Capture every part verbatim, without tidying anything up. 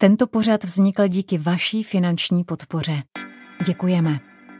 Tento pořad vznikl díky vaší finanční podpoře. Děkujeme.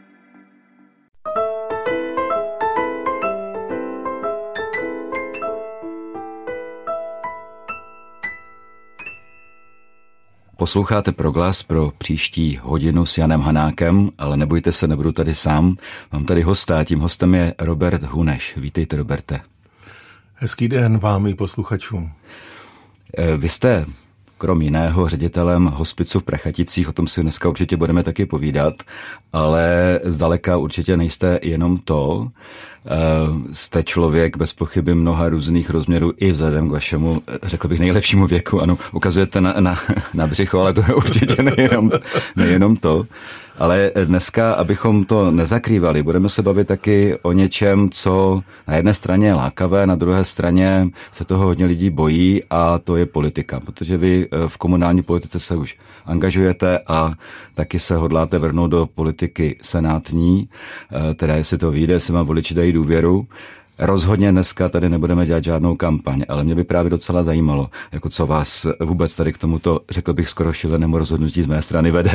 Posloucháte Proglas pro příští hodinu s Janem Hanákem, ale nebojte se, nebudu tady sám. Mám tady hosta, tím hostem je Robert Huneš. Vítejte, Roberte. Hezký den vám i posluchačům. Vy jste krom jiného ředitelem hospicu v Prachaticích, o tom si dneska určitě budeme taky povídat, ale zdaleka určitě nejste jenom to. Jste člověk bez pochyby mnoha různých rozměrů i vzhledem k vašemu, řekl bych, nejlepšímu věku. Ano, ukazujete na, na, na břicho, ale to je určitě nejenom, nejenom to. Ale dneska, abychom to nezakrývali, budeme se bavit taky o něčem, co na jedné straně je lákavé, na druhé straně se toho hodně lidí bojí, a to je politika. Protože vy v komunální politice se už angažujete a taky se hodláte vrhnout do politiky senátní, teda jestli to vyjde, jestli vám voliči dají důvěru. Rozhodně dneska tady nebudeme dělat žádnou kampaň, ale mě by právě docela zajímalo, jako co vás vůbec tady k tomuto, řekl bych, skoro šílenému rozhodnutí z mé strany vede.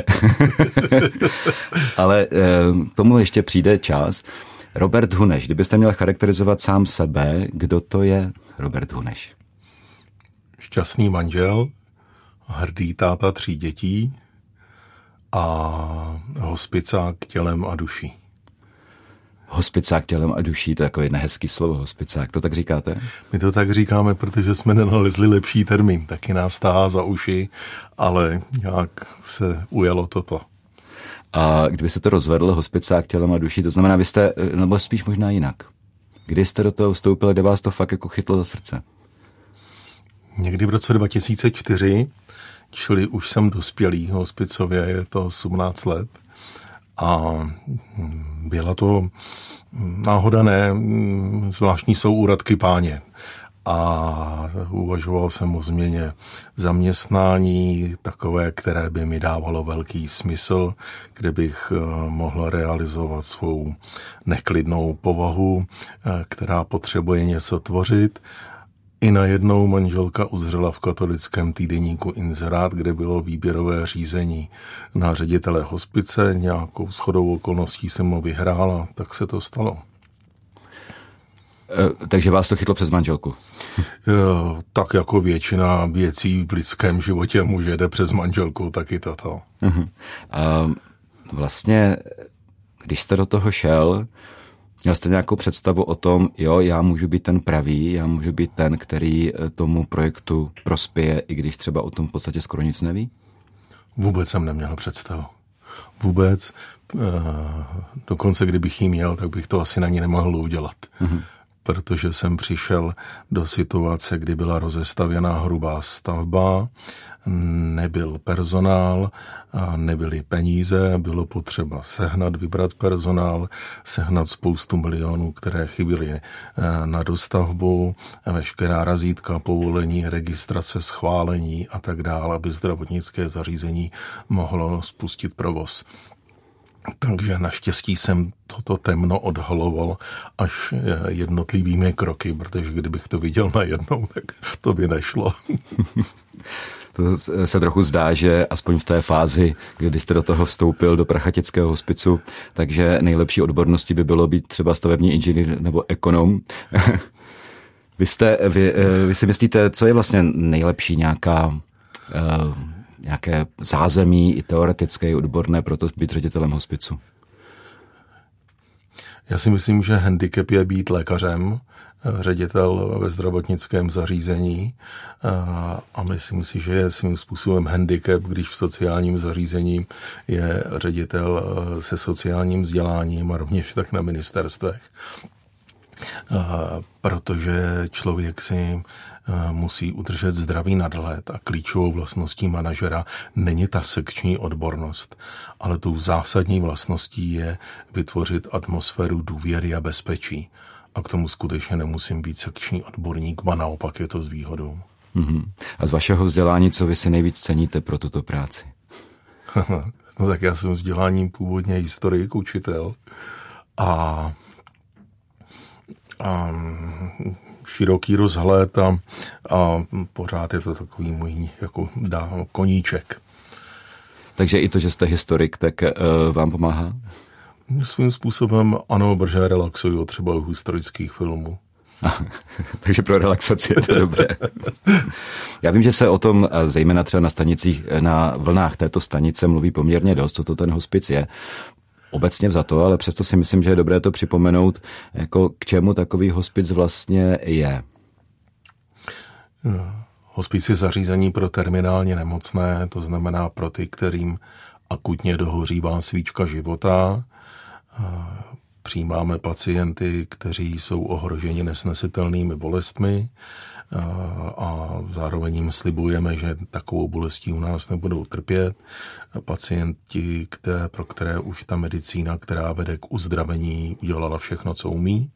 Ale k tomu ještě přijde čas. Robert Huneš, kdybyste měl charakterizovat sám sebe, kdo to je Robert Huneš? Šťastný manžel, hrdý táta tří dětí a hospicák tělem a duší. Hospicák tělem a duší, to je jako jedno hezký slovo, hospicák, to tak říkáte? My to tak říkáme, protože jsme nenalezli lepší termín, taky nás táhá za uši, ale nějak se ujelo toto. A kdybyste to rozvedl, hospicák tělem a duší, to znamená, vy jste, nebo spíš možná jinak, kdy jste do toho vstoupili, kde vás to fakt jako chytlo za srdce? Někdy v roce dva tisíce čtyři, čili už jsem dospělý, hospicově je to osmnáct let, a byla to náhoda, ne, zvláštní jsou úradky páně. A uvažoval jsem o změně zaměstnání, takové, které by mi dávalo velký smysl, kde bych mohl realizovat svou neklidnou povahu, která potřebuje něco tvořit. I najednou manželka uzřela v katolickém týdeníku inzerát, kde bylo výběrové řízení na ředitele hospice. Nějakou shodou okolností jsem ho vyhrál a tak se to stalo. E, takže vás to chytlo přes manželku? E, tak jako většina věcí v lidském životě může jde přes manželku, taky toto. Uh-huh. A vlastně, když jste do toho šel, měl jste nějakou představu o tom, jo, já můžu být ten pravý, já můžu být ten, který tomu projektu prospěje, i když třeba o tom v podstatě skoro nic neví? Vůbec jsem neměl představu. Vůbec. Dokonce, kdybych jí měl, tak bych to asi na ní nemohl udělat. Mhm. Protože jsem přišel do situace, kdy byla rozestavěná hrubá stavba, nebyl personál, nebyly peníze, bylo potřeba sehnat, vybrat personál, sehnat spoustu milionů, které chyběly na dostavbu, veškerá razítka, povolení, registrace, schválení a tak dále, aby zdravotnické zařízení mohlo spustit provoz. Takže naštěstí jsem toto temno odhaloval až jednotlivými kroky, protože kdybych to viděl najednou, tak to by nešlo. To se trochu zdá, že aspoň v té fázi, kdy jste do toho vstoupil do Prachatického hospicu, takže nejlepší odborností by bylo být třeba stavební inženýr nebo ekonom. Vy, jste, vy, vy si myslíte, co je vlastně nejlepší nějaká... Uh, nějaké zázemí i teoretické, i odborné pro to být ředitelem hospicu? Já si myslím, že handicap je být lékařem, ředitel ve zdravotnickém zařízení, a myslím si, že je svým způsobem handicap, když v sociálním zařízení je ředitel se sociálním vzděláním a rovněž tak na ministerstvech. Protože člověk si musí udržet zdravý nadhled a klíčovou vlastností manažera není ta sekční odbornost, ale tou zásadní vlastností je vytvořit atmosféru důvěry a bezpečí. A k tomu skutečně nemusím být sekční odborník, a naopak je to s výhodou. Mm-hmm. A z vašeho vzdělání, co vy si nejvíc ceníte pro tuto práci? No tak já jsem vzděláním původně historik, učitel a, a široký rozhled a, a pořád je to takový můj jako dá, koníček. Takže i to, že jste historik, tak uh, vám pomáhá? Svým způsobem ano, protože relaxuju třeba u historických filmů. Takže pro relaxaci je to dobré. Já vím, že se o tom, zejména třeba na stanicích, na vlnách této stanice mluví poměrně dost, co to ten hospic je. Obecně vzato, ale přesto si myslím, že je dobré to připomenout, jako k čemu takový hospic vlastně je. Hospic je zařízení pro terminálně nemocné, to znamená pro ty, kterým akutně dohořívá svíčka života. Přijímáme pacienty, kteří jsou ohroženi nesnesitelnými bolestmi a zároveň jim slibujeme, že takovou bolestí u nás nebudou trpět. Pacienti, které, pro které už ta medicína, která vede k uzdravení, udělala všechno, co umí,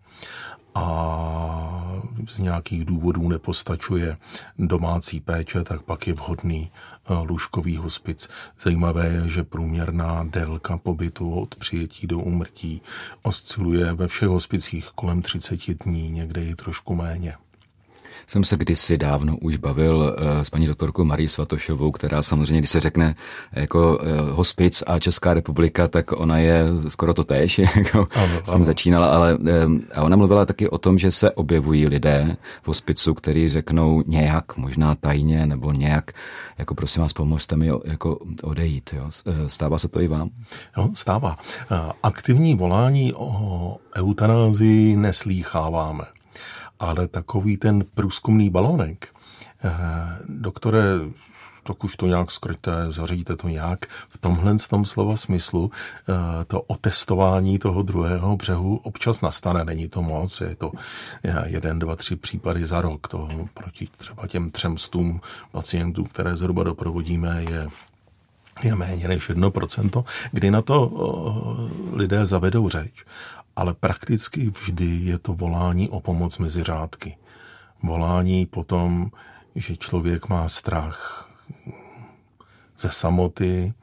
a z nějakých důvodů nepostačuje domácí péče, tak pak je vhodný lůžkový hospic. Zajímavé je, že průměrná délka pobytu od přijetí do úmrtí osciluje ve všech hospicích kolem třicet dní, někde i trošku méně. Jsem se kdysi dávno už bavil s paní doktorkou Marí Svatošovou, která samozřejmě, když se řekne jako hospic a Česká republika, tak ona je skoro to též, jako ano, s tím ano. začínala, ale a ona mluvila taky o tom, že se objevují lidé v hospicu, kteří řeknou nějak, možná tajně, nebo nějak, jako prosím vás, pomozte mi jako odejít. Jo. Stává se to i vám? Jo, stává. Aktivní volání o eutanázii neslýcháváme. Ale takový ten průzkumný balonek, eh, doktore, tak už to nějak skryté, zařídíte to nějak, v tomhle z tom slova smyslu, eh, to otestování toho druhého břehu občas nastane, není to moc, je to jeden, dva, tři případy za rok, to proti třeba těm třem stům pacientů, které zhruba doprovodíme, je je méně než jedno procento, kdy na to uh, lidé zavedou řeč. Ale prakticky vždy je to volání o pomoc mezi řádky. Volání potom, že člověk má strach ze samoty,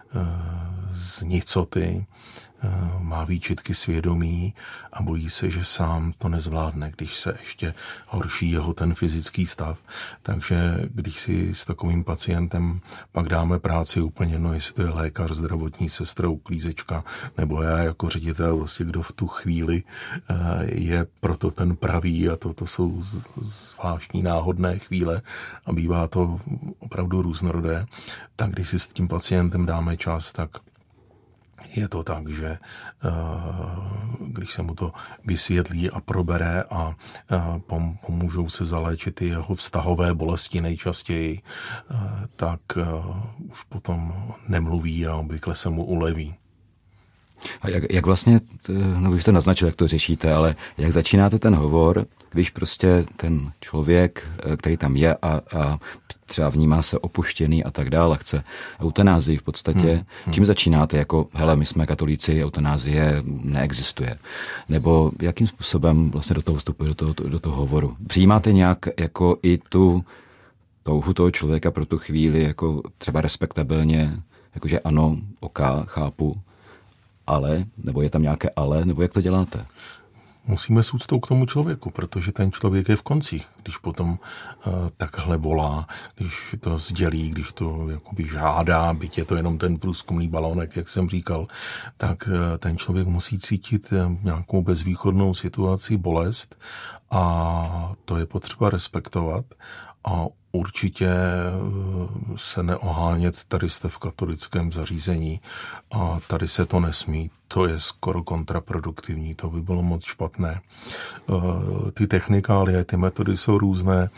z nicoty, má výčitky svědomí a bojí se, že sám to nezvládne, když se ještě horší jeho ten fyzický stav. Takže když si s takovým pacientem pak dáme práci úplně, no jestli to je lékař, zdravotní sestra, uklízečka, nebo já jako ředitel, prostě kdo v tu chvíli je proto ten pravý a to, to jsou zvláštní náhodné chvíle a bývá to opravdu různorodé, tak když si s tím pacientem dáme čas, tak je to tak, že když se mu to vysvětlí a probere a pomůžou se zaléčit i jeho vztahové bolesti nejčastěji, tak už potom nemluví a obvykle se mu uleví. A jak, jak vlastně, no vy jste naznačil, jak to řešíte, ale jak začínáte ten hovor, když prostě ten člověk, který tam je a, a třeba vnímá se opuštěný a tak dále, chce eutanázii v podstatě, hmm, hmm. čím začínáte jako, hele, my jsme katolíci, eutanázie neexistuje. Nebo jakým způsobem vlastně do toho vstupuje, do toho, do toho hovoru? Přijímáte nějak jako i tu touhu toho člověka pro tu chvíli, jako třeba respektabilně, jakože ano, oká, chápu, ale, nebo je tam nějaké ale, nebo jak to děláte? Musíme s úctou k tomu člověku, protože ten člověk je v koncích, když potom uh, takhle volá, když to sdělí, když to jakoby žádá, byť je to jenom ten průzkumný balónek, jak jsem říkal, tak uh, ten člověk musí cítit uh, nějakou bezvýchodnou situaci, bolest a to je potřeba respektovat a určitě se neohánět, tady jste v katolickém zařízení a tady se to nesmí. To je skoro kontraproduktivní, to by bylo moc špatné. Ty technikálie, ty metody jsou různé.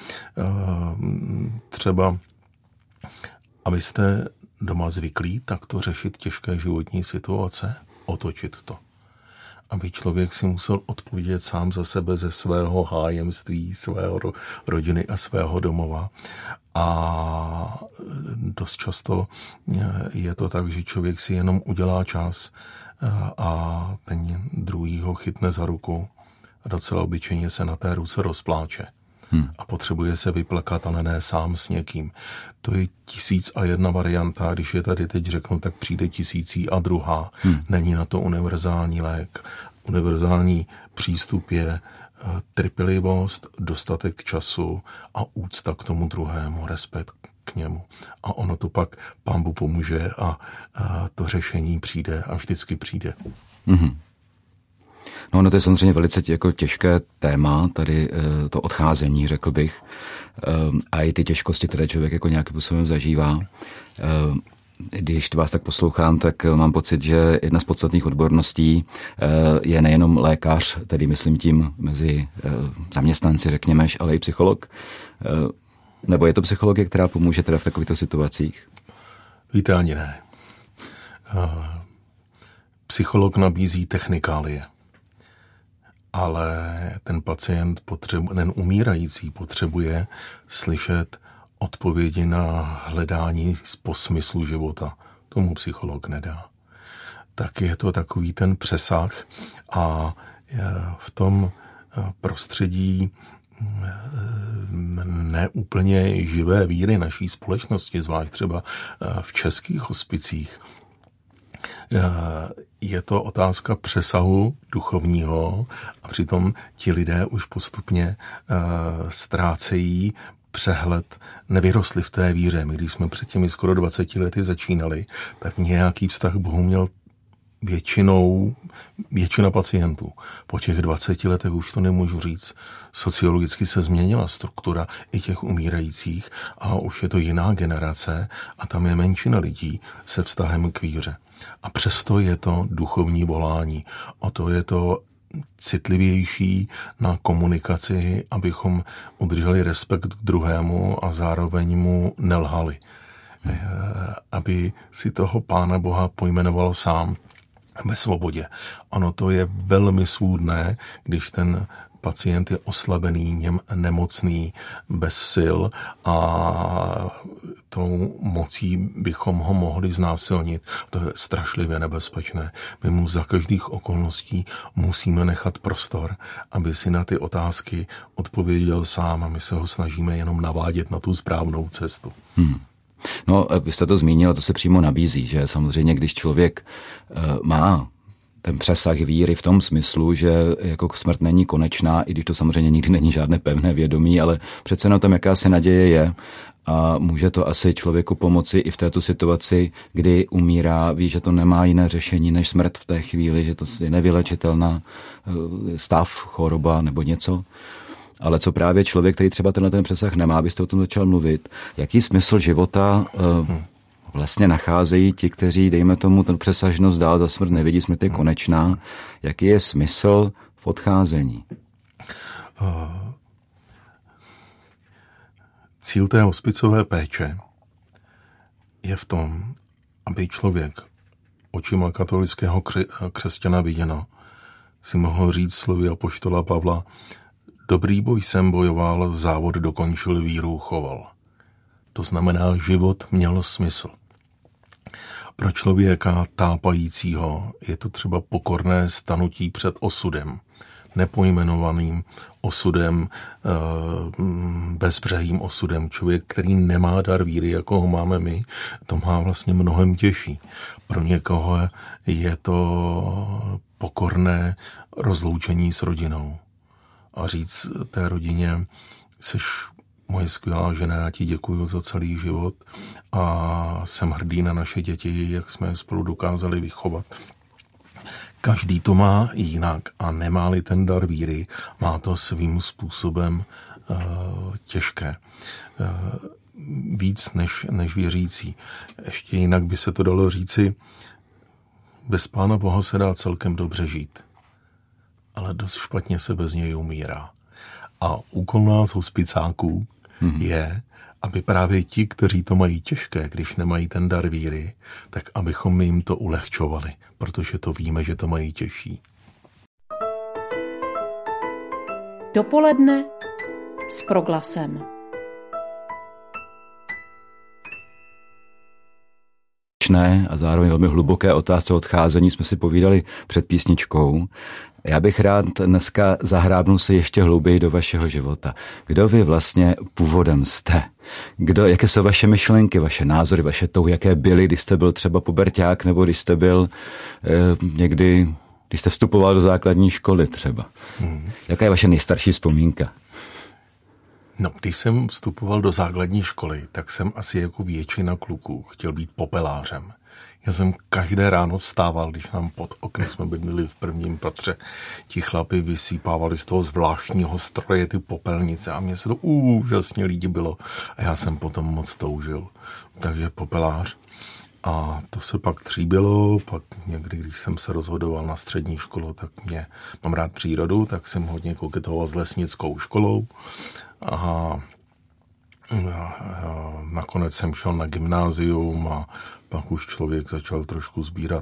Třeba, abyste doma zvyklí takto řešit těžké životní situace, otočit to. Aby člověk si musel odpovědět sám za sebe ze svého hájemství, svého rodiny a svého domova. A dost často je to tak, že člověk si jenom udělá čas a ten druhý ho chytne za ruku a docela obyčejně se na té ruce rozpláče. Hmm. A potřebuje se vyplakat, ale ne sám s někým. To je tisíc a jedna varianta, když je tady teď řeknu, tak přijde tisící a druhá. Hmm. Není na to univerzální lék. Univerzální přístup je trpělivost, dostatek času a úcta k tomu druhému, respekt k němu. A ono to pak Pán Bůh pomůže a, a to řešení přijde a vždycky přijde. Mm-hmm. No, no to je samozřejmě velice jako těžké téma, tady to odcházení, řekl bych, a i ty těžkosti, které člověk jako nějakým způsobem zažívá. Když vás tak poslouchám, tak mám pocit, že jedna z podstatných odborností je nejenom lékař, tedy myslím tím mezi zaměstnanci, řekněme, ale i psycholog. Nebo je to psychologie, která pomůže teda v takovýchto situacích? Víte, ani ne. Psycholog nabízí technikálie, ale ten pacient, potřebu, ten umírající potřebuje slyšet odpovědi na hledání po smyslu života. Tomu psycholog nedá. Tak je to takový ten přesah a v tom prostředí neúplně živé víry naší společnosti, zvlášť třeba v českých hospicích, je to otázka přesahu duchovního a přitom ti lidé už postupně ztrácejí přehled, nevyrostli v té víře. My, když jsme před těmi skoro dvaceti lety začínali, tak nějaký vztah k Bohu měl většinou, většina pacientů. Po těch dvaceti letech už to nemůžu říct. Sociologicky se změnila struktura i těch umírajících a už je to jiná generace a tam je menšina lidí se vztahem k víře. A přesto je to duchovní volání. O to je to citlivější na komunikaci, abychom udrželi respekt k druhému a zároveň mu nelhali. Aby si toho Pána Boha pojmenoval sám ve svobodě. Ono to je velmi svůdné, když ten pacient je oslabený, něm nemocný, bez sil a tou mocí bychom ho mohli znásilnit. To je strašlivě nebezpečné. My mu za každých okolností musíme nechat prostor, aby si na ty otázky odpověděl sám a my se ho snažíme jenom navádět na tu správnou cestu. Hmm. No, vy jste to zmínil, to se přímo nabízí, že samozřejmě, když člověk uh, má ten přesah víry v tom smyslu, že jako smrt není konečná, i když to samozřejmě nikdy není žádné pevné vědomí, ale přece na tom jakási naděje je a může to asi člověku pomoci i v této situaci, kdy umírá, ví, že to nemá jiné řešení než smrt v té chvíli, že to je nevylečitelná stav, choroba nebo něco. Ale co právě člověk, který třeba tenhle ten přesah nemá, abyste o tom začal mluvit, jaký smysl života vlastně nacházejí ti, kteří, dejme tomu, ten přesažnost dál za smrt nevidí, smrt je konečná. Jaký je smysl v odcházení? Cíl té hospicové péče je v tom, aby člověk očima katolického křesťana viděno si mohl říct slovy apoštola Pavla: dobrý boj jsem bojoval, závod dokončil, víru choval. To znamená, život měl smysl. Pro člověka tápajícího je to třeba pokorné stanutí před osudem, nepojmenovaným osudem, bezbřehým osudem. Člověk, který nemá dar víry, jako ho máme my, to má vlastně mnohem těžší. Pro někoho je to pokorné rozloučení s rodinou. A říct té rodině: seš moje skvělá žena, já ti děkuju za celý život a jsem hrdý na naše děti, jak jsme je spolu dokázali vychovat. Každý to má jinak a nemá-li ten dar víry, má to svým způsobem uh, těžké. Uh, víc než, než věřící. Ještě jinak by se to dalo říci: bez Pána Boha se dá celkem dobře žít, ale dost špatně se bez něj umírá. A úkol nás hospicáků hmm. je, aby právě ti, kteří to mají těžké, když nemají ten dar víry, tak abychom jim to ulehčovali, protože to víme, že to mají těžší. Dopoledne s Proglasem. A zároveň velmi hluboké otázce odcházení jsme si povídali před písničkou. Já bych rád dneska zahrábnul se ještě hlouběji do vašeho života. Kdo vy vlastně původem jste? Kdo, jaké jsou vaše myšlenky, vaše názory, vaše touhy, jaké byly, když jste byl třeba puberťák, nebo když jste byl eh, někdy Když jste vstupoval do základní školy třeba. Hmm. Jaká je vaše nejstarší vzpomínka? No, když jsem vstupoval do základní školy, tak jsem asi jako většina kluků chtěl být popelářem. Já jsem každé ráno vstával, když nám pod oknem jsme bydleli v prvním patře. Ti chlapi vysýpávali z toho zvláštního stroje ty popelnice a mně se to úžasně líbilo. A já jsem potom moc toužil. Takže popelář. A to se pak tříbilo, pak někdy, když jsem se rozhodoval na střední školu, tak mě mám rád přírodu, tak jsem hodně koketoval s lesnickou školou. A nakonec jsem šel na gymnázium a pak už člověk začal trošku sbírat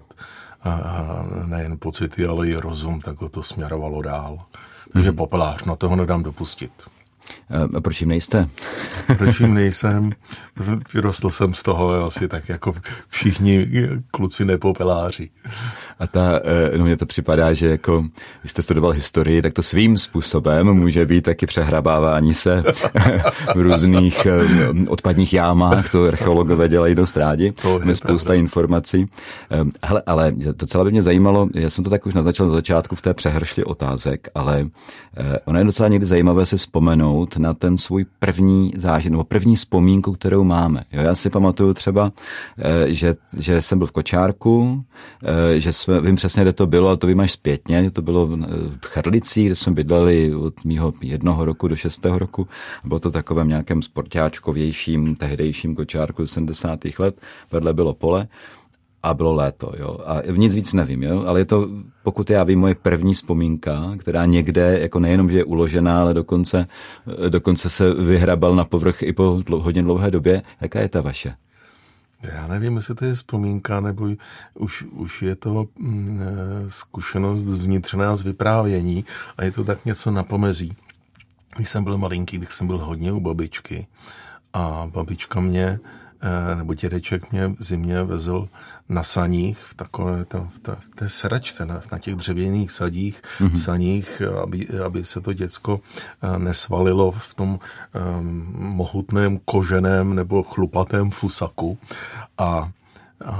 nejen pocity, ale i rozum, tak ho to směrovalo dál. Takže popelář, na toho nedám dopustit. A proč jim nejste? Proč jim nejsem? Vyrostl jsem z toho asi tak jako všichni kluci nepopeláři. A ta, no mně to připadá, že jako, když jste studoval historii, tak to svým způsobem může být taky přehrabávání se v různých odpadních jámách, to archeologové dělají dost rádi, máme spousta pravda. Informací. Hele, ale docela by mě zajímalo, já jsem to tak už naznačil na začátku v té přehršli otázek, ale ono je docela někdy zajímavé si vzpomenout na ten svůj první zážitek, nebo první vzpomínku, kterou máme. Jo, já si pamatuju třeba, že, že jsem byl v kočárku, že jsme, vím přesně, kde to bylo, ale to vím až zpětně, to bylo v Chrlicích, kde jsme bydleli od mýho jednoho roku do šestého roku. Bylo to takovém nějakém sportáčkovějším, tehdejším kočárku z sedmdesátých let, vedle bylo pole a bylo léto, jo. A nic víc nevím, jo, ale je to, pokud já vím, moje první vzpomínka, která někde, jako nejenom, že je uložená, ale dokonce, dokonce se vyhrabal na povrch i po dlou, hodně dlouhé době. Jaká je ta vaše? Já nevím, jestli to je vzpomínka, nebo už, už je to mm, zkušenost vnitřná z vyprávění a je to tak něco na pomezí. Když jsem byl malinký, tak jsem byl hodně u babičky a babička mě, nebo dědeček mě v zimě vezl na saních v takové to, v, ta, v té sedačce, na, na těch dřevěných sadích, mm-hmm. saních, aby, aby se to děcko nesvalilo v tom um, mohutném koženém nebo chlupatém fusaku. A, a,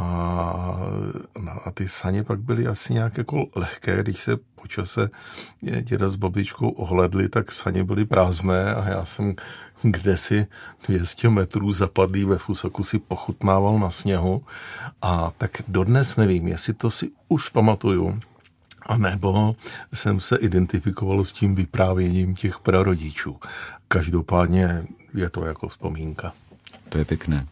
a ty saně pak byly asi nějak jako lehké, když se po čase děda s babičkou ohledli, tak saně byly prázdné a já jsem kdesi dvě stě metrů zapadlý ve fusaku si pochutnával na sněhu a tak dodnes nevím, jestli to si už pamatuju, a nebo jsem se identifikoval s tím vyprávěním těch prarodičů. Každopádně je to jako vzpomínka. To je pěkné.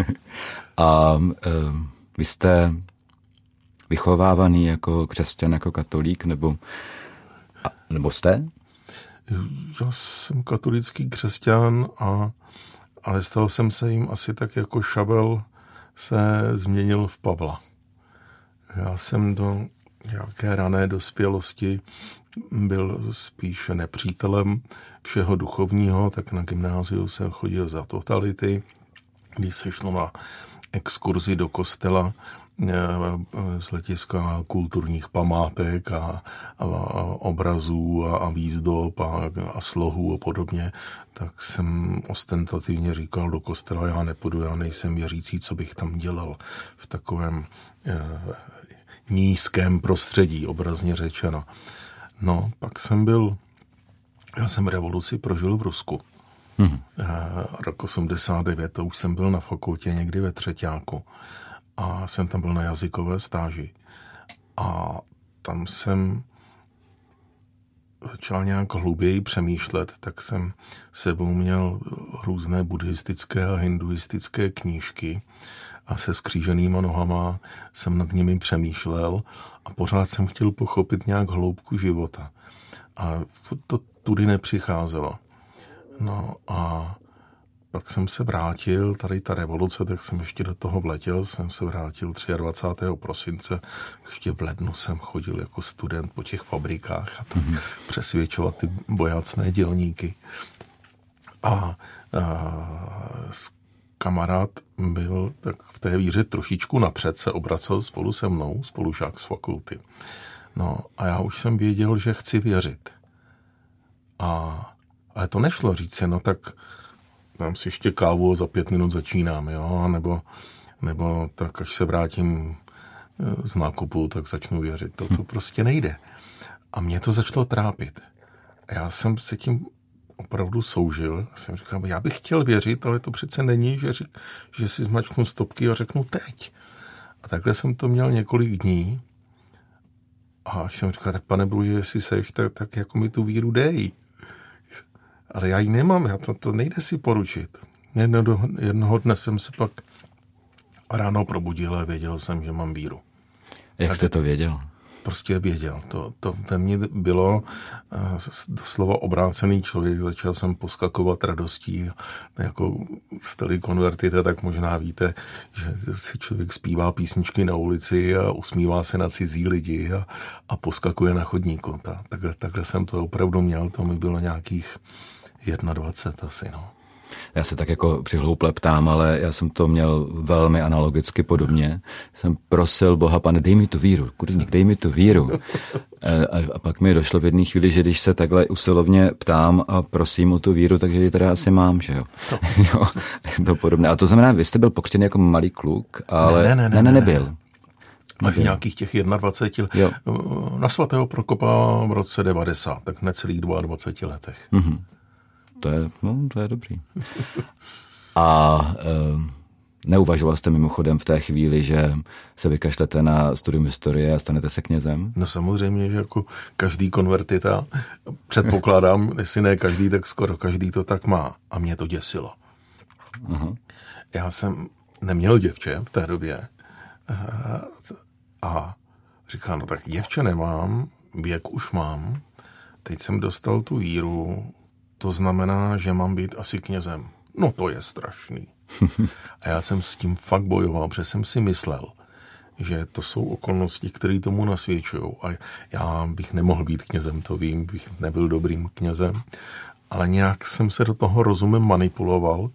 A uh, vy jste vychovávaný jako křesťan, jako katolík, nebo, a, nebo jste? Já jsem katolický křesťan, a, ale stal jsem se jim asi tak jako Šabel se změnil v Pavla. Já jsem do nějaké rané dospělosti byl spíše nepřítelem všeho duchovního, tak na gymnáziu jsem chodil za totality, když se šlo na exkurzi do kostela z hlediska kulturních památek a, a obrazů a, a výzdob a, a slohů a podobně, tak jsem ostentativně říkal do kostela, já nepůjdu, já nejsem věřící, co bych tam dělal v takovém eh, nízkém prostředí, obrazně řečeno. No, pak jsem byl, já jsem revoluci prožil v Rusku. Hmm. Rok osmdesát devět, to už jsem byl na fakultě někdy ve třeťáku. A jsem tam byl na jazykové stáži. A tam jsem začal nějak hlouběji přemýšlet, tak jsem sebou měl různé buddhistické a hinduistické knížky a se skříženýma nohama jsem nad nimi přemýšlel a pořád jsem chtěl pochopit nějak hloubku života. A to tudy nepřicházelo. No a pak jsem se vrátil, tady ta revoluce, tak jsem ještě do toho vletěl, jsem se vrátil dvacátého třetího prosince, ještě v lednu jsem chodil jako student po těch fabrikách a tam mm-hmm. přesvědčovat ty bojácné dělníky. A, a kamarád byl tak v té víře trošičku napřed, se obracel spolu se mnou, spolužák z fakulty. No a já už jsem věděl, že chci věřit. A, ale to nešlo říct, no tak dám si ještě kávu a za pět minut začínám, jo, nebo, nebo tak až se vrátím z nákupu, tak začnu věřit. To, to prostě nejde. A mě to začalo trápit. A já jsem se tím opravdu soužil. Já jsem říkal, já bych chtěl věřit, ale to přece není, že, že si zmačknu stopky a řeknu teď. A takhle jsem to měl několik dní. A až jsem říkal, tak pane Bože, jestli seš, tak, tak jako mi tu víru dej. Ale já ji nemám, já to, to nejde si poručit. Jednoho, jednoho dne jsem se pak ráno probudil a věděl jsem, že mám víru. Jak tak jste to věděl? Prostě věděl. To, to ve mně bylo uh, doslova obrácený člověk. Začal jsem poskakovat radostí. Jako jste-li konvertita, tak možná víte, že si člověk zpívá písničky na ulici a usmívá se na cizí lidi a, a poskakuje na chodníku. Ta, takhle, takhle jsem to opravdu měl. To mi bylo nějakých dvacet jedna asi, no. Já se tak jako přihlouple ptám, ale já jsem to měl velmi analogicky podobně. Jsem prosil Boha, pane, dej mi tu víru, kurník, dej mi tu víru. A, a pak mi došlo v jedné chvíli, že když se takhle usilovně ptám a prosím o tu víru, takže ji teda asi mám, že jo. jo to podobné. A to znamená, vy jste byl pokřtěný jako malý kluk, ale ne, ne, ne, ne, ne, ne nebyl. Až nějakých těch dvacet jedna let. Na svatého Prokopa v roce devadesát, tak necelých dvacet dva letech. Mhm. To je, no, to je dobrý. A e, neuvažoval jste mimochodem v té chvíli, že se vykašlete na studium historie a stanete se knězem? No samozřejmě, že jako každý konvertita, předpokládám, jestli ne každý, tak skoro každý to tak má. A mě to děsilo. Uh-huh. Já jsem neměl děvče v té době a říkám, no tak děvče nemám, věk už mám, teď jsem dostal tu víru. To znamená, že mám být asi knězem. No to je strašný. A já jsem s tím fakt bojoval, protože jsem si myslel, že to jsou okolnosti, které tomu nasvědčují. A já bych nemohl být knězem, to vím, bych nebyl dobrým knězem. Ale nějak jsem se do toho rozumem manipuloval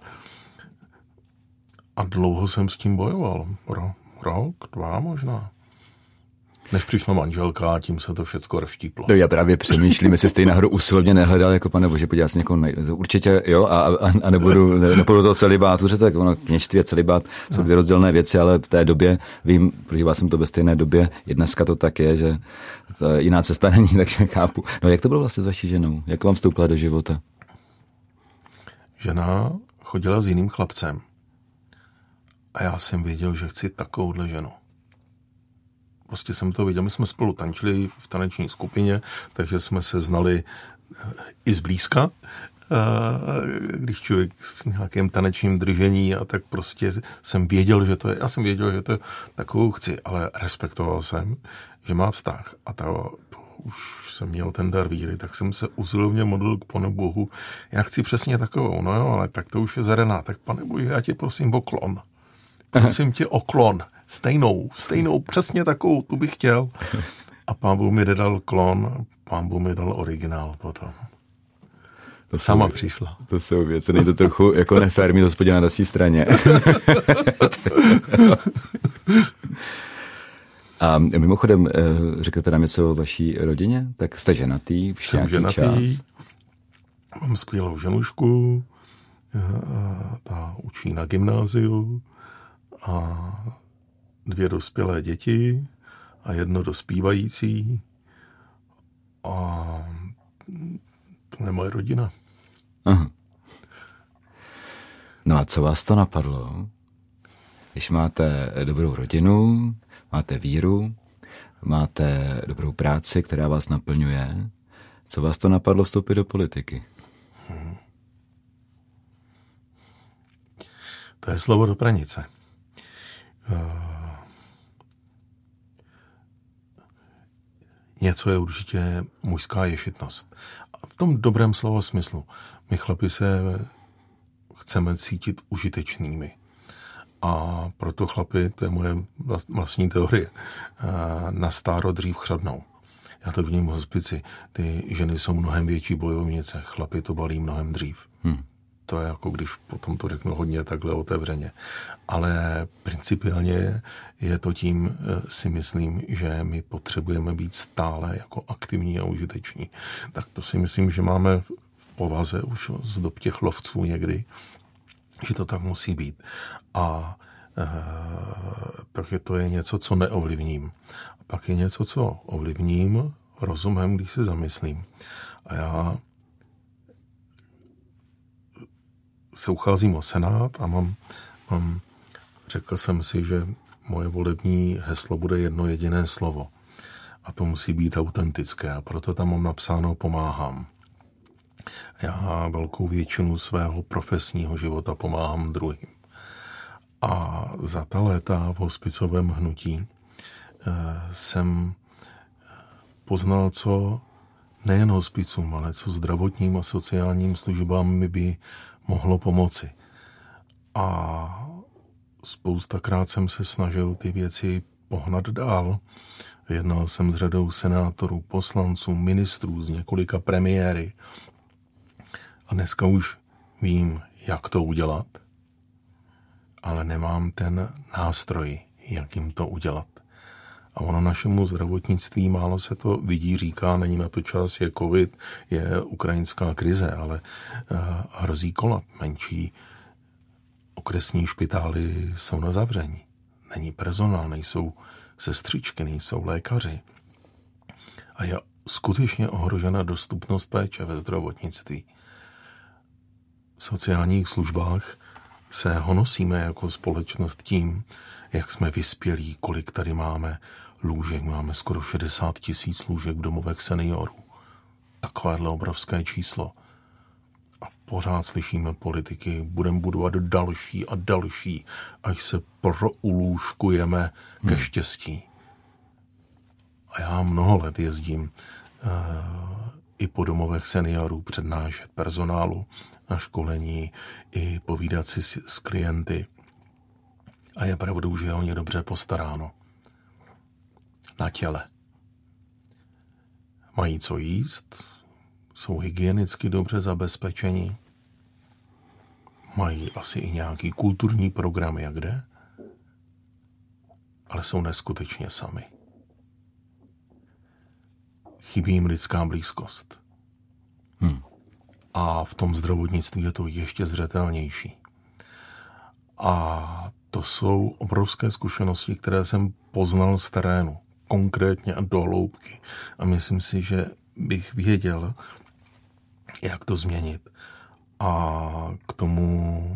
a dlouho jsem s tím bojoval. Rok, dva možná. Než přišla manželka a tím se to všecko rozštíplo. No já právě přemýšlím, jestli jste ji nahoru usilovně nehledal, jako pane Bože, podívá se někoho najde. Určitě jo, a, a, a nebudu, ne, nepůjdu do celibátu, že tak ono, kněžství a celibát jsou no. dvě rozdílné věci, ale v té době, vím, prožíval jsem to ve stejné době, i dneska to tak je, že to jiná cesta není, takže chápu. No jak to bylo vlastně s vaší ženou? Jak vám vstoupila do života? Žena chodila s jiným chlapcem a já jsem věděl, že chci takovouhle ženu. Prostě jsem to viděl. My jsme spolu tančili v taneční skupině, takže jsme se znali i zblízka. Když člověk v nějakém tanečním držení a tak prostě jsem věděl, že to je, já jsem věděl, že to je takovou chci, ale respektoval jsem, že má vztah. A to, to už jsem měl ten dar víry, tak jsem se usilovně modlil k Panu Bohu. Já chci přesně takovou, no jo, ale tak to už je zadaná. Tak pane Bože, já tě prosím o klon. Prosím tě o klon. Stejnou, stejnou, přesně takovou, tu bych chtěl. A Pán Bůh mi nedal klon, Pán Bůh mi dal originál potom. To sama jsou, přišla. To jsou věci, není to trochu jako nefér, mít hospodina na další straně. A mimochodem, řeknete nám něco o vaší rodině? Tak jste ženatý, už jsem ženatý, čas. Mám skvělou ženušku, ta učí na gymnáziu a dvě dospělé děti a jedno dospívající a to je moje rodina. Aha. No a co vás to napadlo? Když máte dobrou rodinu, máte víru, máte dobrou práci, která vás naplňuje, co vás to napadlo vstoupit do politiky? Hmm. To je slovo do pranice. Uh... Něco je určitě mužská ješitnost. A v tom dobrém slova smyslu. My chlapi se chceme cítit užitečnými. A proto chlapi, to je moje vlastní teorie, na stáro dřív chřadnou. Já to vidím v hospici. Ty ženy jsou mnohem větší bojovnice. Chlapi to balí mnohem dřív. Hmm. To je jako když potom to řeknu hodně takhle otevřeně. Ale principiálně je to tím, si myslím, že my potřebujeme být stále jako aktivní a užiteční. Tak to si myslím, že máme v povaze už z dob těch lovců někdy, že to tak musí být. A takže to je něco, co neovlivním. A pak je něco, co ovlivním rozumem, když se zamyslím. A já se ucházím o Senát a mám, mám, řekl jsem si, že moje volební heslo bude jedno jediné slovo. A to musí být autentické. A proto tam mám napsáno pomáhám. Já velkou většinu svého profesního života pomáhám druhým. A za ta léta v hospicovém hnutí jsem poznal, co nejen hospicům, ale co zdravotním a sociálním službám mi by mohlo pomoci. A spoustakrát jsem se snažil ty věci pohnat dál. Jednal jsem s řadou senátorů, poslanců, ministrů, z několika premiéry. A dneska už vím, jak to udělat, ale nemám ten nástroj, jak jim to udělat. A ono našemu zdravotnictví málo se to vidí, říká, není na to čas, je covid, je ukrajinská krize, ale uh, hrozí kolap. Menší okresní špitály jsou na zavření. Není personál, nejsou sestřičky, nejsou lékaři. A je skutečně ohrožena dostupnost péče ve zdravotnictví. V sociálních službách se honosíme jako společnost tím, jak jsme vyspělí, kolik tady máme lůžek. Máme skoro šedesát tisíc lůžek v domovech seniorů. Takovéhle obrovské číslo. A pořád slyšíme politiky, budeme budovat další a další, až se proulůžkujeme ke štěstí. A já mnoho let jezdím uh, i po domovech seniorů přednášet personálu na školení, i povídat si s, s klienty. A je pravdou, že je o ně dobře postaráno. Na těle. Mají co jíst, jsou hygienicky dobře zabezpečeni, mají asi i nějaký kulturní program, jak jde, ale jsou neskutečně sami. Chybí jim lidská blízkost. Hmm. A v tom zdravotnictví je to ještě zřetelnější. A to jsou obrovské zkušenosti, které jsem poznal z terénu, konkrétně a do hloubky. A myslím si, že bych věděl, jak to změnit. A k tomu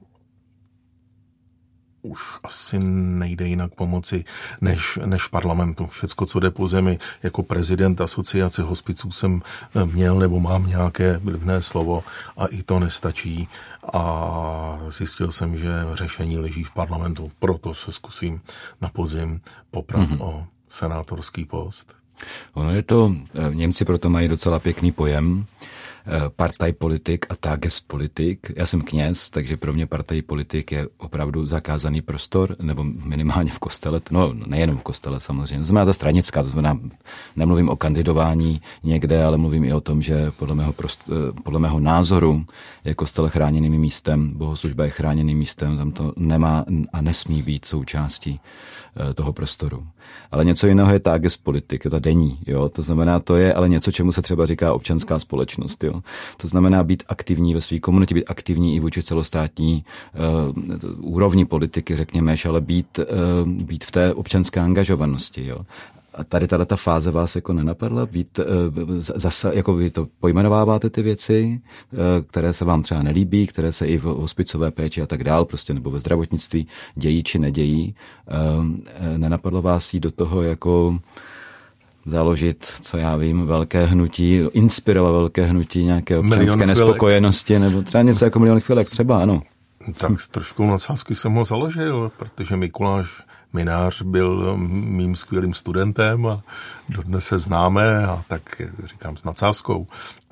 už asi nejde jinak pomoci než, než parlamentu. Všecko, co jde po zemi, jako prezident asociace hospiců jsem měl nebo mám nějaké vlivné slovo a i to nestačí. A zjistil jsem, že řešení leží v parlamentu. Proto se zkusím na podzim poprat mm-hmm. o senátorský post. Ono je to, Němci proto mají docela pěkný pojem, partajpolitik a tagespolitik. Já jsem kněz, takže pro mě partajpolitik je opravdu zakázaný prostor, nebo minimálně v kostele, no nejenom v kostele samozřejmě. To znamená ta stranická, to znamená, nemluvím o kandidování někde, ale mluvím i o tom, že podle mého, prost, podle mého názoru je kostel chráněným místem, bohoslužba je chráněným místem, tam to nemá a nesmí být součástí toho prostoru. Ale něco jiného je tagespolitik, je to denní, jo, to znamená, to je ale něco, čemu se třeba říká občanská společnost, jo. To znamená být aktivní ve své komunitě, být aktivní i vůči celostátní uh, úrovni politiky, řekněme, ale být, uh, být v té občanské angažovanosti, jo. A tady tato fáze vás jako nenapadla? Být, zase, jako vy to pojmenováváte ty věci, které se vám třeba nelíbí, které se i v hospicové péči a tak dál, prostě nebo ve zdravotnictví dějí či nedějí. Nenapadlo vás jít do toho jako založit, co já vím, velké hnutí, inspirovat velké hnutí, nějaké občanské nespokojenosti, nebo třeba něco jako Milion chvilek, třeba, ano. Tak trošku nadsázky jsem ho založil, protože Mikuláš Minář byl mým skvělým studentem a dodnes se známe a tak říkám s nadsázkou.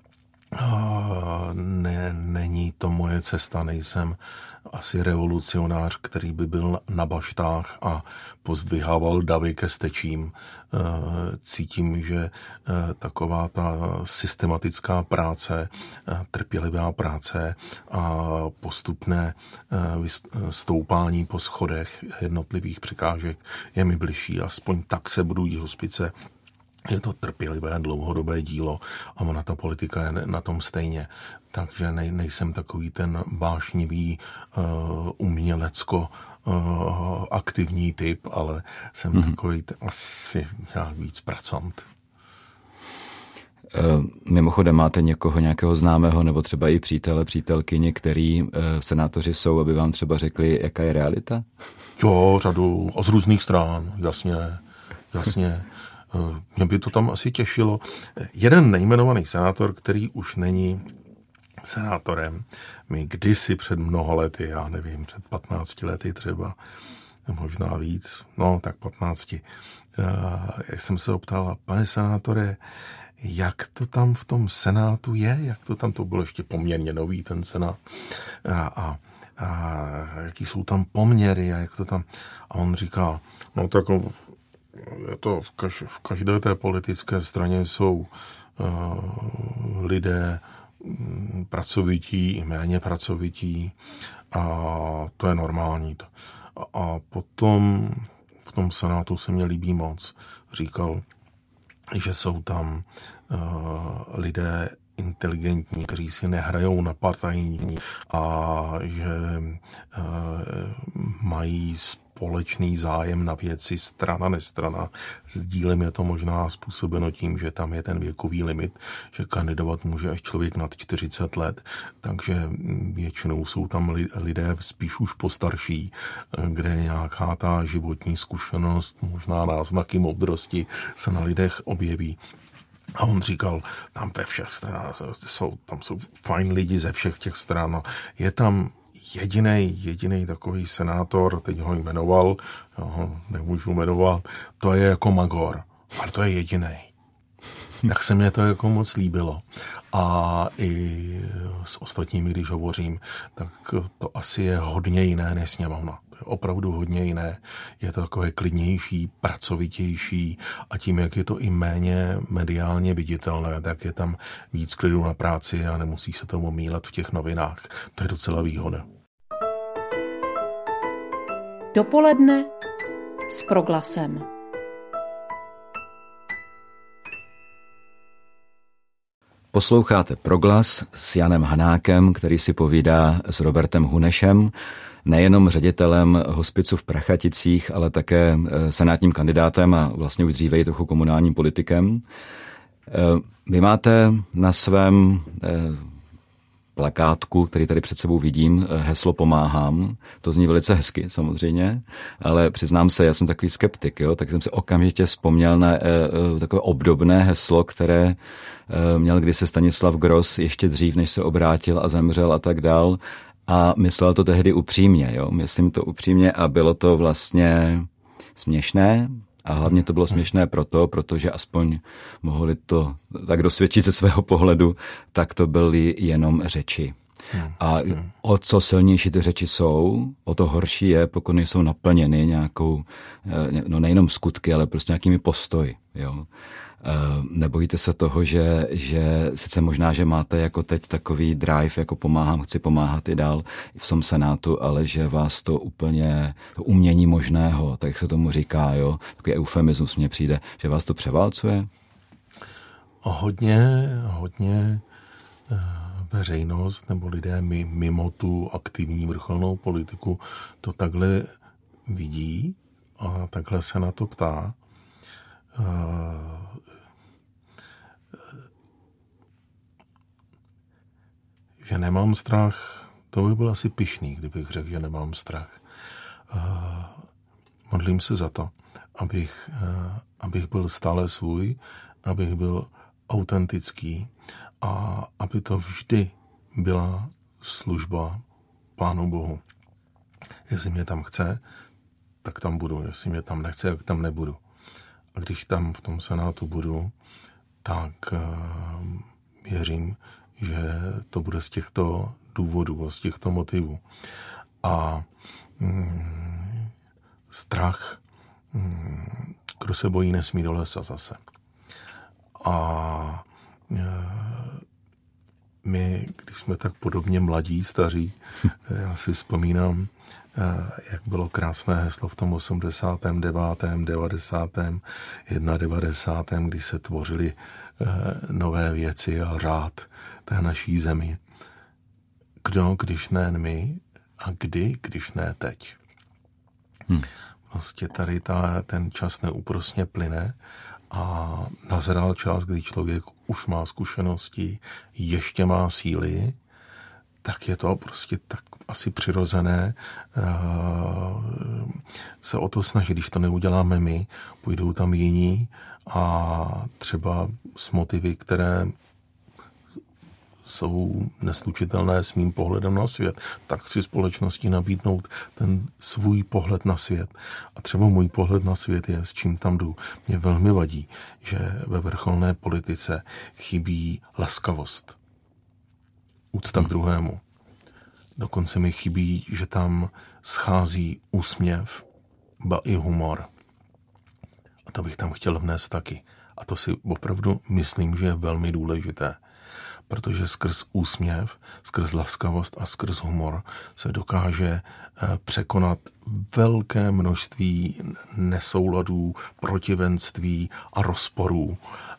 Ne, není to moje cesta, nejsem asi revolucionář, který by byl na baštách a pozdvihával davy ke stečím. Cítím, že taková ta systematická práce, trpělivá práce a postupné stoupání po schodech jednotlivých překážek je mi bližší. Aspoň tak se budují hospice. Je to trpělivé, dlouhodobé dílo a ona ta politika je na tom stejně. Takže nej, nejsem takový ten vášnivý, uh, umělecko uh, aktivní typ, ale jsem mm-hmm. takový t- asi nějak víc pracant. Mimochodem, máte někoho, nějakého známého, nebo třeba i přítele, přítelkyni, který senátoři jsou, aby vám třeba řekli, jaká je realita? Jo, řadu, z různých stran, jasně, jasně. Mě by to tam asi těšilo. Jeden nejmenovaný senátor, který už není senátorem, mi kdysi před mnoha lety, já nevím, před patnácti lety třeba, možná víc, no tak patnácti, jak jsem se optal, pane senátore, jak to tam v tom senátu je, jak to tam, to bylo ještě poměrně nový ten senát a, a, a jaký jsou tam poměry a jak to tam, a on říká, no tak je to v, kaž, v každé té politické straně jsou uh, lidé um, pracovití i méně pracovití a to je normální. A, a potom v tom senátu se mě líbí moc, říkal, že jsou tam uh, lidé inteligentní, kteří si nehrajou na partajní a že uh, mají společný zájem na věci strana nestrana. S dílem je to možná způsobeno tím, že tam je ten věkový limit, že kandidovat může až člověk nad čtyřicet let, takže většinou jsou tam lidé spíš už postarší, kde nějaká ta životní zkušenost, možná náznaky moudrosti se na lidech objeví. A on říkal, tam ve všech stranách jsou, tam jsou fajn lidi ze všech těch stran. Je tam jedinej, jedinej takový senátor, teď ho jmenoval, já ho nemůžu jmenovat, to je jako Magor, ale to je jedinej. Tak se mě to jako moc líbilo. A i s ostatními, když hovořím, tak to asi je hodně jiné než sněmovna. To je opravdu hodně jiné. Je to takové klidnější, pracovitější a tím, jak je to i méně mediálně viditelné, tak je tam víc klidu na práci a nemusí se tomu mílat v těch novinách. To je docela výhoda. Dopoledne s Proglasem. Posloucháte Proglas s Janem Hanákem, který si povídá s Robertem Hunešem, nejenom ředitelem hospicu v Prachaticích, ale také senátním kandidátem a vlastně už dříve i trochu komunálním politikem. Vy máte na svém plakátku, který tady před sebou vidím, heslo Pomáhám. To zní velice hezky, samozřejmě, ale přiznám se, já jsem takový skeptik, jo, tak jsem se okamžitě vzpomněl na e, e, takové obdobné heslo, které e, měl kdysi Stanislav Gross ještě dřív, než se obrátil a zemřel a tak dál. A myslel to tehdy upřímně, jo, myslím to upřímně a bylo to vlastně směšné. A hlavně to bylo směšné proto, protože aspoň mohli to tak dosvědčit ze svého pohledu, tak to byly jenom řeči. A o co silnější ty řeči jsou, o to horší je, pokud nejsou naplněny nějakou, no nejenom skutky, ale prostě nějakými postoji. Jo. Nebojíte se toho, že, že sice možná, že máte jako teď takový drive, jako pomáhám, chci pomáhat i dál v tom senátu, ale že vás to úplně, to umění možného, tak se tomu říká, jo, takový eufemismus mně přijde, že vás to převálcuje? Hodně, hodně veřejnost nebo lidé mimo tu aktivní vrcholnou politiku to takhle vidí a takhle se na to ptá. Že nemám strach, to by byl asi pyšný, kdybych řekl, že nemám strach. Modlím se za to, abych, abych byl stále svůj, abych byl autentický a aby to vždy byla služba Pánu Bohu. Jestli mě tam chce, tak tam budu. Jestli mě tam nechce, tak tam nebudu. A když tam v tom senátu budu, tak uh, věřím, že to bude z těchto důvodů, z těchto motivů. A mm, strach, mm, kdo se bojí, nesmí do lesa zase. A uh, my, když jsme tak podobně mladí, staří, já si vzpomínám, jak bylo krásné heslo v tom osmdesátém devátém, devadesátém, devadesátém prvním, kdy se tvořily nové věci a řád té naší zemi. Kdo, když ne my, a kdy, když ne teď. Hmm. Prostě tady ta, ten čas neúprosně plyne a nazrál čas, kdy člověk už má zkušenosti, ještě má síly, tak je to prostě tak asi přirozené se o to snažit. Když to neuděláme my, půjdou tam jiní a třeba s motivy, které jsou neslučitelné s mým pohledem na svět, tak chci společnosti nabídnout ten svůj pohled na svět. A třeba můj pohled na svět je, s čím tam jdu. Mě velmi vadí, že ve vrcholné politice chybí laskavost. Úcta k druhému. Dokonce mi chybí, že tam schází úsměv, ba i humor. A to bych tam chtěl vnést taky. A to si opravdu myslím, že je velmi důležité. Protože skrz úsměv, skrz laskavost a skrz humor se dokáže překonat velké množství nesouladů, protivenství a rozporů.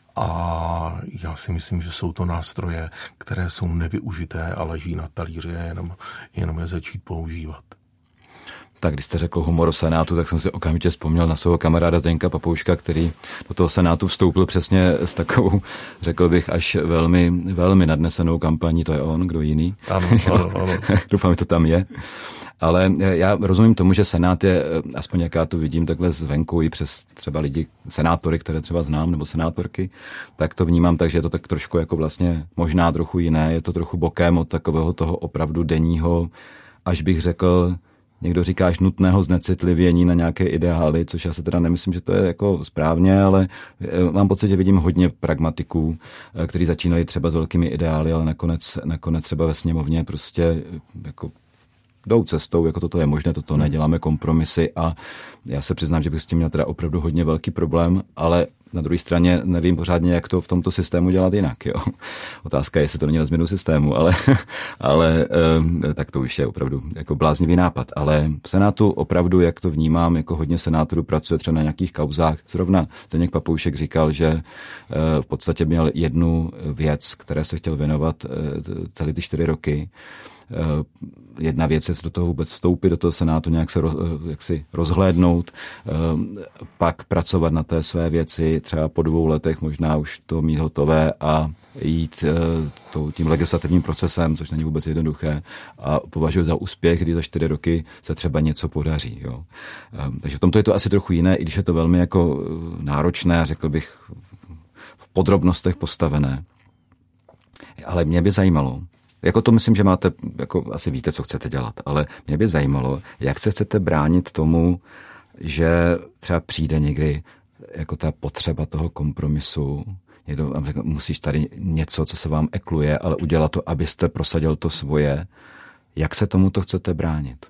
A já si myslím, že jsou to nástroje, které jsou nevyužité a leží na talíři, jenom, jenom je začít používat. Tak když jste řekl humor v Senátu, tak jsem si okamžitě vzpomněl na svého kamaráda Zdeňka Papouška, který do toho Senátu vstoupil přesně s takovou, řekl bych, až velmi, velmi nadnesenou kampaní. To je on, kdo jiný. Ano, ano, ano. Doufám, že to tam je. Ale já rozumím tomu, že Senát je, aspoň jak já to vidím takhle zvenku i přes třeba lidi, senátory, které třeba znám, nebo senátorky, tak to vnímám tak, že je to tak trošku jako vlastně možná trochu jiné, je to trochu bokem od takového toho opravdu denního, až bych řekl, někdo říká až nutného znecitlivění na nějaké ideály, což já se teda nemyslím, že to je jako správně, ale mám pocit, že vidím hodně pragmatiků, kteří začínají třeba s velkými ideály, ale nakonec, nakonec třeba ve sněmovně prostě jako jdou cestou, jako toto je možné, toto neděláme kompromisy a já se přiznám, že bych s tím měl teda opravdu hodně velký problém, ale na druhé straně nevím pořádně, jak to v tomto systému dělat jinak. Jo. Otázka je, jestli to není na změnu systému, ale, ale tak to už je opravdu jako bláznivý nápad. Ale v Senátu opravdu, jak to vnímám, jako hodně senátorů pracuje třeba na nějakých kauzách. Zrovna Zdeněk Papoušek říkal, že v podstatě měl jednu věc, které se chtěl věnovat celé ty čtyři roky. Jedna věc je do toho vůbec vstoupit, do toho Senátu, nějak se roz, jak si rozhlédnout, pak pracovat na té své věci, třeba po dvou letech možná už to mít hotové a jít tím legislativním procesem, což není vůbec jednoduché a považuji za úspěch, kdy za čtyři roky se třeba něco podaří. Jo. Takže v tomto je to asi trochu jiné, i když je to velmi jako náročné, řekl bych v podrobnostech postavené. Ale mě by zajímalo, jako to myslím, že máte, jako asi víte, co chcete dělat, ale mě by zajímalo, jak se chcete bránit tomu, že třeba přijde někdy jako ta potřeba toho kompromisu, někdo vám řekne, musíš tady něco, co se vám ekluje, ale udělat to, abyste prosadil to svoje. Jak se tomuto chcete bránit?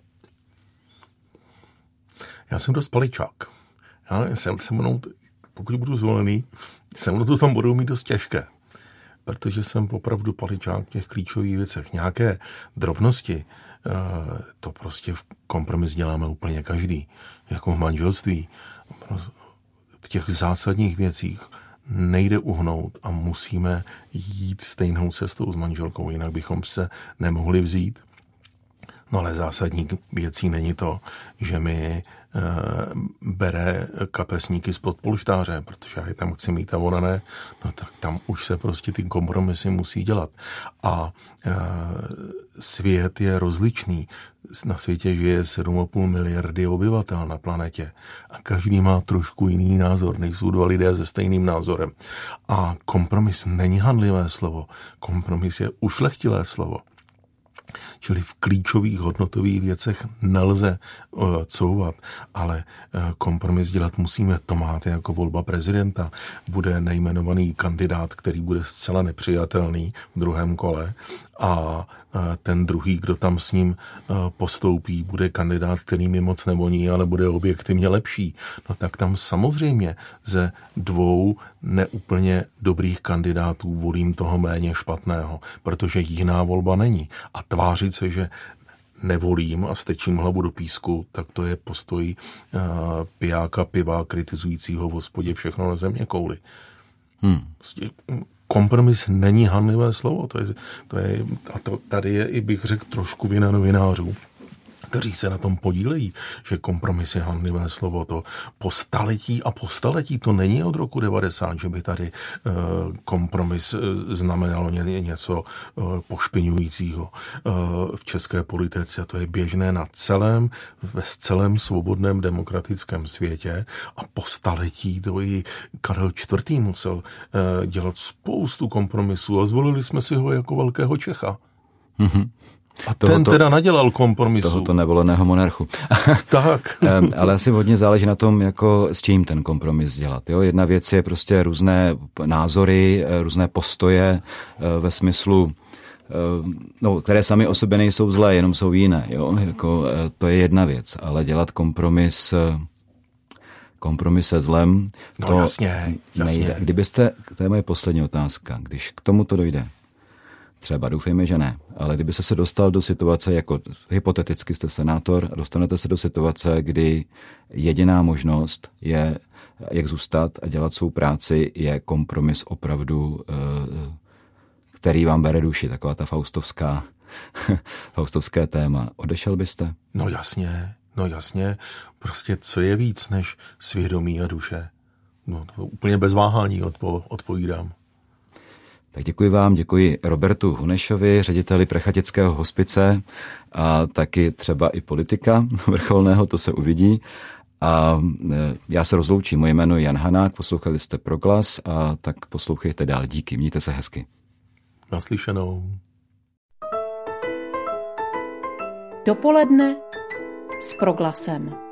Já jsem dost paličák. Já jsem se mnou, pokud budu zvolený, se mnou to tam budou mít dost těžké. Protože jsem opravdu paličák v těch klíčových věcech. Nějaké drobnosti, to prostě v kompromis děláme úplně každý. Jako v manželství. V těch zásadních věcích nejde uhnout a musíme jít stejnou cestou s manželkou, jinak bychom se nemohli vzít. No ale zásadní věcí není to, že mi e, bere kapesníky spod polštáře, protože já je tam chci mít a ona ne, no tak tam už se prostě ty kompromisy musí dělat. A e, svět je rozličný. Na světě žije sedm a půl miliardy obyvatel na planetě a každý má trošku jiný názor, nejsou dva lidé se stejným názorem. A kompromis není hanlivé slovo, kompromis je ušlechtilé slovo. Čili v klíčových hodnotových věcech nelze uh, couvat, ale uh, kompromis dělat musíme. To máte jako volba prezidenta. Bude nejmenovaný kandidát, který bude zcela nepřijatelný v druhém kole a uh, ten druhý, kdo tam s ním uh, postoupí, bude kandidát, který mi moc nevoní, ale bude objektivně lepší. No tak tam samozřejmě ze dvou neúplně dobrých kandidátů volím toho méně špatného, protože jiná volba není. A tvářit se, že nevolím a stečím hlavu do písku, tak to je postoj uh, pijáka piva kritizujícího v hospodě všechno na země kouli. Hmm. Kompromis není hanlivé slovo. To je, to je, a to, tady je, i bych řekl, trošku vina novinářů, kteří se na tom podílejí, že kompromis je hanlivé slovo. To po staletí a po staletí to není od roku devadesát, že by tady uh, kompromis uh, znamenalo ně, něco uh, pošpiňujícího uh, v české politice. To je běžné na celém, ve celém svobodném demokratickém světě a po staletí to i Karel čtvrtý musel uh, dělat spoustu kompromisů a zvolili jsme si ho jako velkého Čecha. Mm-hmm. A tohoto, ten teda nadělal kompromisu. Tohoto nevoleného monarchu. Tak. Ale asi hodně záleží na tom, jako s čím ten kompromis dělat. Jo? Jedna věc je prostě různé názory, různé postoje ve smyslu, no, které sami o sobě nejsou zlé, jenom jsou jiné. Jo? Jako, to je jedna věc, ale dělat kompromis kompromis se zlem, no, to jasně, jasně. nejde. Kdybyste, to je moje poslední otázka, když k tomuto dojde, třeba, doufejme, že ne. Ale kdyby se dostal do situace, jako hypoteticky jste senátor, a dostanete se do situace, kdy jediná možnost je, jak zůstat a dělat svou práci, je kompromis opravdu, který vám bere duši, taková ta faustovská, faustovské téma. Odešel byste? No jasně, no jasně. Prostě co je víc než svědomí a duše? No to úplně bez váhání odpo- odpovídám. Tak děkuji vám, děkuji Robertu Hunešovi, řediteli Prechatického hospice a taky třeba i politika vrcholného, to se uvidí. A já se rozloučím, moje jméno je Jan Hanák, poslouchali jste Proglas a tak poslouchejte dál. Díky, mějte se hezky. Naslyšenou. Dopoledne s Proglasem.